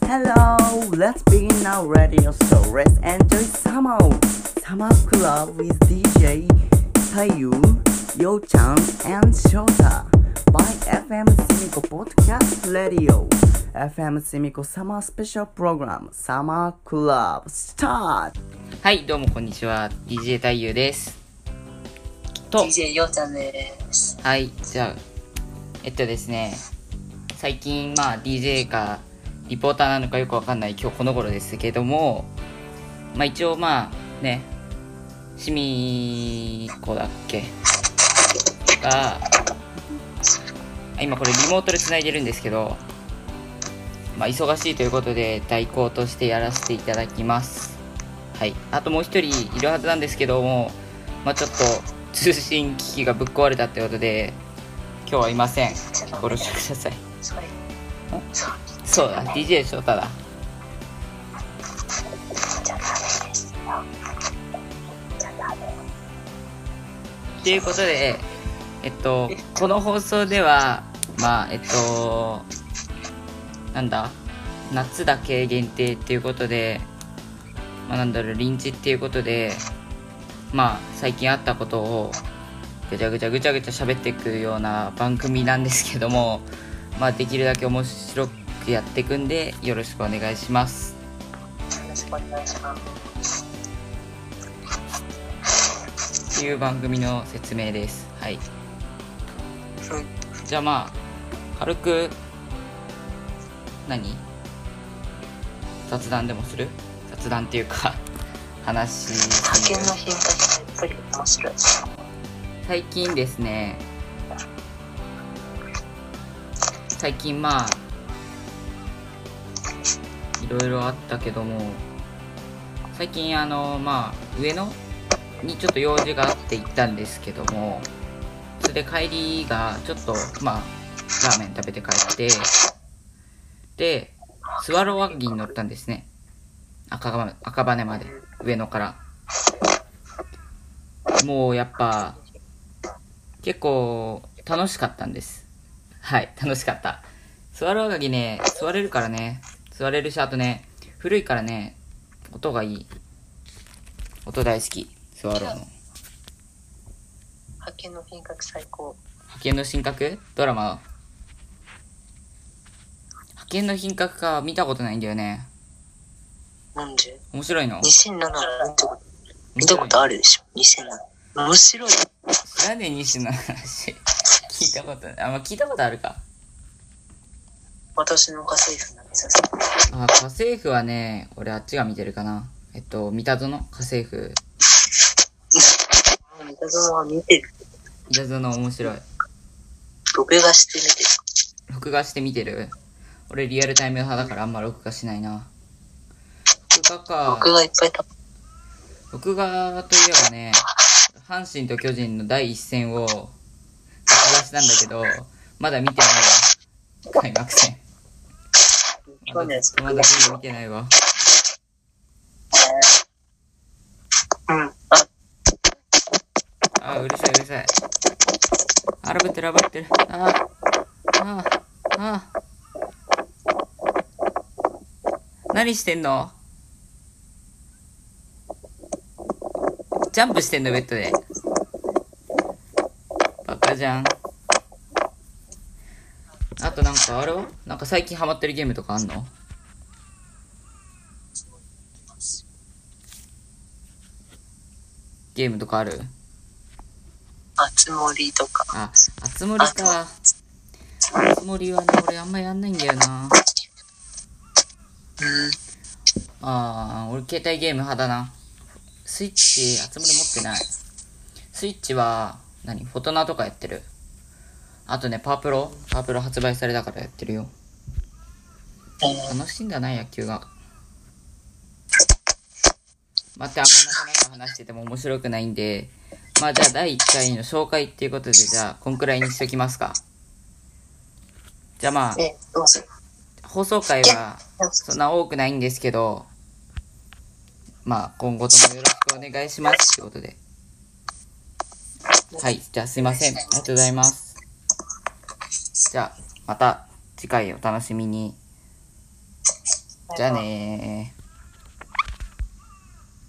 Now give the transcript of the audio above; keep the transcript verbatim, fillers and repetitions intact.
Hello, let's begin our radio show. Let's enjoy summer. Summer Club with ディージェー Tayu, Yo-chan, and Shota by エフエム Simiko Podcast Radio. エフエム Simiko Summer Special Program Summer Club Start. はい、どうもこんにちは。ディージェー Tayu です。 と ディージェー ようちゃんです。 はい、じゃあえっとですね、最近まあ ディージェー かリポーターなのかよくわかんない今日この頃ですけども、まあ一応まあね、しみこだっけが今これリモートで繋いでるんですけど、まあ忙しいということで代行としてやらせていただきます。はい、あともう一人いるはずなんですけども、まあちょっと通信機器がぶっ壊れたってことで今日はいません。ご了承ください。そうだ、ディージェー 翔太だ。ということで、えっとこの放送ではまあえっとなんだ夏だけ限定っていうことで、まあなんだろう臨時っていうことで、まあ最近あったことをぐちゃぐちゃぐちゃぐちゃ喋っていくような番組なんですけども、まあできるだけ面白くやっていくんでよろしくお願いします。 よろしくお願いします。 っていう番組の説明です。はい。じゃあまあ軽く何雑談でもする？雑談っていうか話。 派遣の品格やっぱり面白い。 最近ですね。最近まあいろいろあったけども、最近あのまあ上野にちょっと用事があって行ったんですけども、それで帰りがちょっとまあラーメン食べて帰って、でスワローワゴンに乗ったんですね。赤羽、赤羽まで上野から。もうやっぱ結構楽しかったんです。はい、楽しかった。スワローワゴンね、座れるからね、座れるし、あとね、古いからね、音がいい。音大好き、スワローの。 派遣の品格最高。 派遣の品格？ドラマ。派遣の品格か見たことないんだよね。 なんで？ 面白いの？ にせんなな見たことあるでしょ。にせんなな面白い。 知らねえにせんななの話。聞いたことない。あ、まあ、聞いたことあるか。 私の家政婦なんですよ。 あ、家政婦はね、俺あっちが見てるかな。えっと、三田園家政婦。 三田園は見てる。 三田園面白い。 録画して見てる。 録画して見てる？俺リアルタイム派だからあんま録画しないな。録画か。 録画いっぱいた。 録画といえばね、阪神と巨人の第一戦を録画したんだけど、まだ見てないわ。開幕戦。まだ、まだ全部見てないわ。 うん。あ、 あ、うるさいうるさい。あらぶってるあぶってる。ああ、ああ、ああ。何してんの？ジャンプしてんのベッドで。バカじゃん。あとなんかあれは？なんか最近ハマってるゲームとかあんの？ゲームとかある？ あつ森とか。 あ、あつ森か。あつ森はね、俺あんまやんないんだよな。 うん。 あー、俺携帯ゲーム派だな。スイッチ、あつ森持ってない。スイッチは、何？フォトナとかやってる。あとね、パワープロパワープロ発売されたからやってるよ。楽しいんだな、野球が。待って、あんまなかなか話してても面白くないんで、まあじゃあだいいっかいの紹介っていうことで、じゃあこんくらいにしときますか。じゃあまあ、 え、どうぞ。 放送回はそんな多くないんですけど、まあ今後ともよろしくお願いしますってことで。はい、じゃあすいません。ありがとうございます。じゃあまた次回お楽しみに。 じゃあねー。